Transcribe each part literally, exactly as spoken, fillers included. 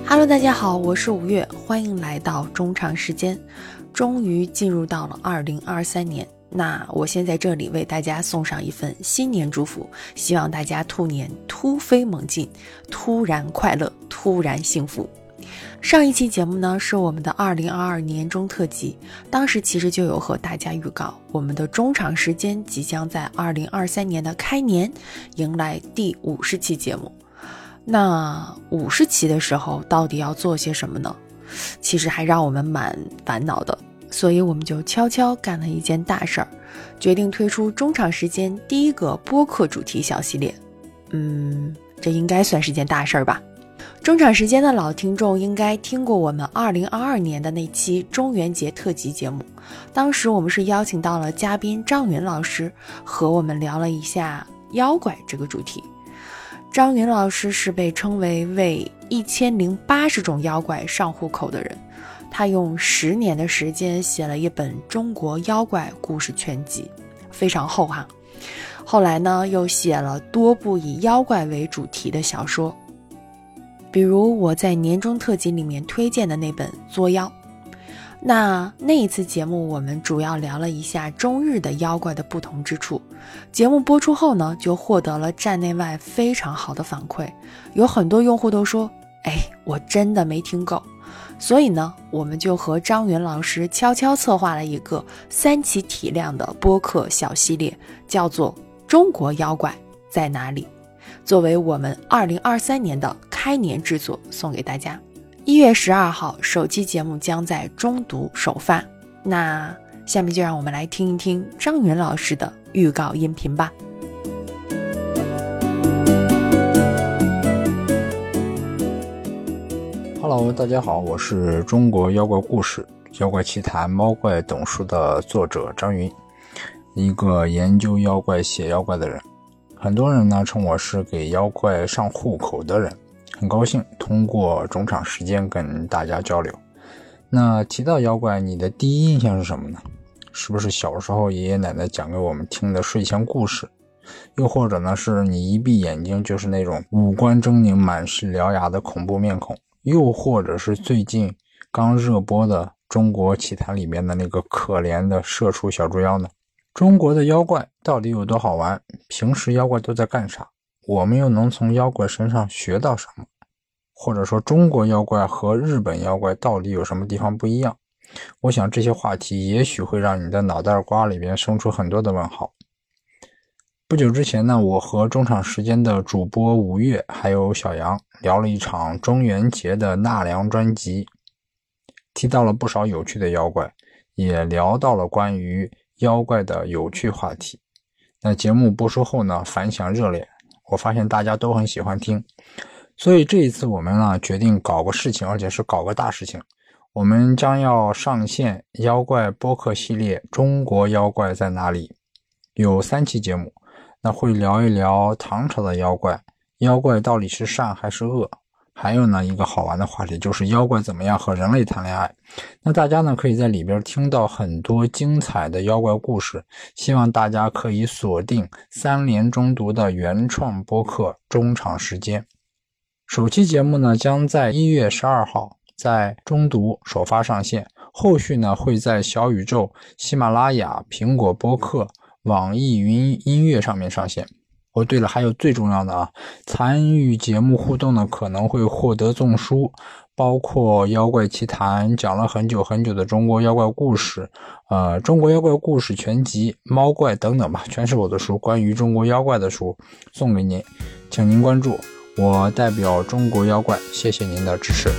Hello， 大家好，我是五月，欢迎来到中场时间。终于进入到了二零二三年，那我先在这里为大家送上一份新年祝福，希望大家兔年突飞猛进，突然快乐，突然幸福。上一期节目呢是我们的二零二二年中特辑，当时其实就有和大家预告，我们的中场时间即将在二零二三年的开年迎来第五十期节目。那五十期的时候到底要做些什么呢？其实还让我们蛮烦恼的，所以我们就悄悄干了一件大事儿，决定推出中场时间第一个播客主题小系列。嗯，这应该算是件大事儿吧。中场时间的老听众应该听过我们二零二二年的那期中元节特辑节目，当时我们是邀请到了嘉宾张云老师，和我们聊了一下妖怪这个主题。张云老师是被称为为一千零八十种妖怪上户口的人，他用十年的时间写了一本中国妖怪故事全集，非常厚哈。后来呢，又写了多部以妖怪为主题的小说，比如我在年终特辑里面推荐的那本《作妖》。那那一次节目我们主要聊了一下中日的妖怪的不同之处，节目播出后呢，就获得了站内外非常好的反馈，有很多用户都说，哎，我真的没听够。所以呢，我们就和张云老师悄悄策划了一个三期体量的播客小系列，叫做中国妖怪在哪里，作为我们二零二三年的开年制作送给大家。一月十二号首期节目将在中读首发，那下面就让我们来听一听张云老师的预告音频吧。 Hello， 大家好，我是中国妖怪故事、妖怪奇谈、猫怪等书的作者张云，一个研究妖怪、写妖怪的人。很多人呢称我是给妖怪上户口的人。很高兴通过中场时间跟大家交流。那提到妖怪，你的第一印象是什么呢？是不是小时候爷爷奶奶讲给我们听的睡前故事？又或者呢，是你一闭眼睛就是那种五官狰狞、满是獠牙的恐怖面孔？又或者是最近刚热播的《中国奇谭》里面的那个可怜的社畜小猪妖呢？中国的妖怪到底有多好玩？平时妖怪都在干啥？我们又能从妖怪身上学到什么？或者说中国妖怪和日本妖怪到底有什么地方不一样？我想这些话题也许会让你的脑袋瓜里边生出很多的问号。不久之前呢，我和中场时间的主播五月还有小杨聊了一场中元节的纳凉专辑，提到了不少有趣的妖怪，也聊到了关于妖怪的有趣话题。那节目播出后呢，反响热烈，我发现大家都很喜欢听。所以这一次我们呢决定搞个事情，而且是搞个大事情。我们将要上线妖怪播客系列中国妖怪在哪里，有三期节目。那会聊一聊唐朝的妖怪，妖怪到底是善还是恶，还有呢一个好玩的话题，就是妖怪怎么样和人类谈恋爱。那大家呢可以在里边听到很多精彩的妖怪故事，希望大家可以锁定三联中读的原创播客中场时间。首期节目呢将在一月十二号在中读首发上线，后续呢会在小宇宙、喜马拉雅、苹果播客、网易云音乐上面上线。哦，对了，还有最重要的啊，参与节目互动呢可能会获得赠书，包括妖怪奇谭讲了很久很久的中国妖怪故事，呃，中国妖怪故事全集、猫怪等等吧，全是我的书，关于中国妖怪的书送给您，请您关注。我代表中国妖怪，谢谢您的支持。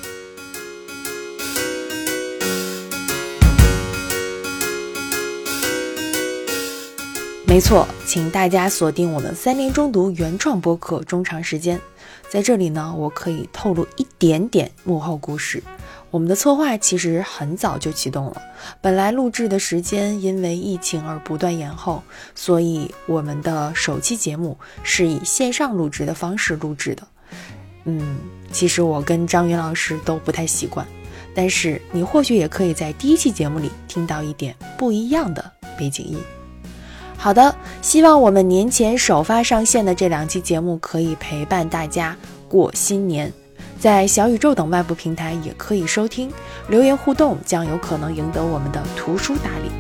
没错，请大家锁定我们三联中读原创播客中场时间。在这里呢，我可以透露一点点幕后故事。我们的策划其实很早就启动了，本来录制的时间因为疫情而不断延后，所以我们的首期节目是以线上录制的方式录制的。嗯，其实我跟张云老师都不太习惯，但是你或许也可以在第一期节目里听到一点不一样的背景音。好的，希望我们年前首发上线的这两期节目可以陪伴大家过新年。 在小宇宙等外部平台也可以收听，留言互动将有可能赢得我们的图书大礼。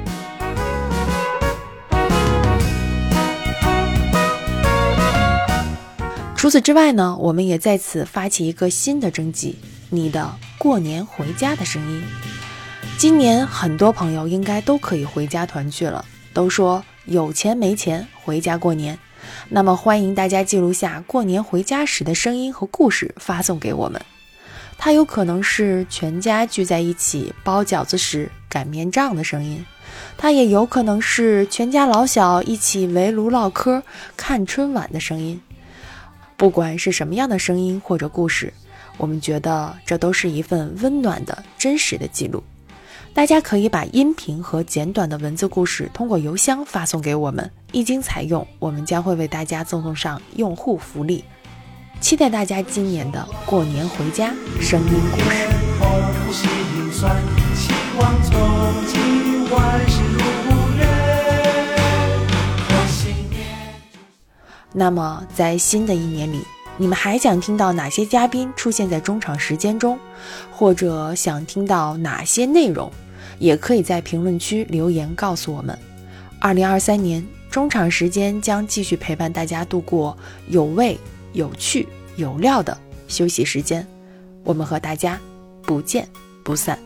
除此之外呢，我们也在此发起一个新的征集，你的过年回家的声音。今年很多朋友应该都可以回家团聚了，都说有钱没钱回家过年，那么欢迎大家记录下过年回家时的声音和故事发送给我们。它有可能是全家聚在一起包饺子时擀面杖的声音，它也有可能是全家老小一起围炉唠嗑看春晚的声音。不管是什么样的声音或者故事，我们觉得这都是一份温暖的真实的记录。大家可以把音频和简短的文字故事通过邮箱发送给我们，一经采用，我们将会为大家赠送上用户福利。期待大家今年的过年回家声音故事。那么在新的一年里，你们还想听到哪些嘉宾出现在中场时间中，或者想听到哪些内容，也可以在评论区留言告诉我们。二零二三年中场时间将继续陪伴大家度过有味、有趣、有料的休息时间，我们和大家不见不散。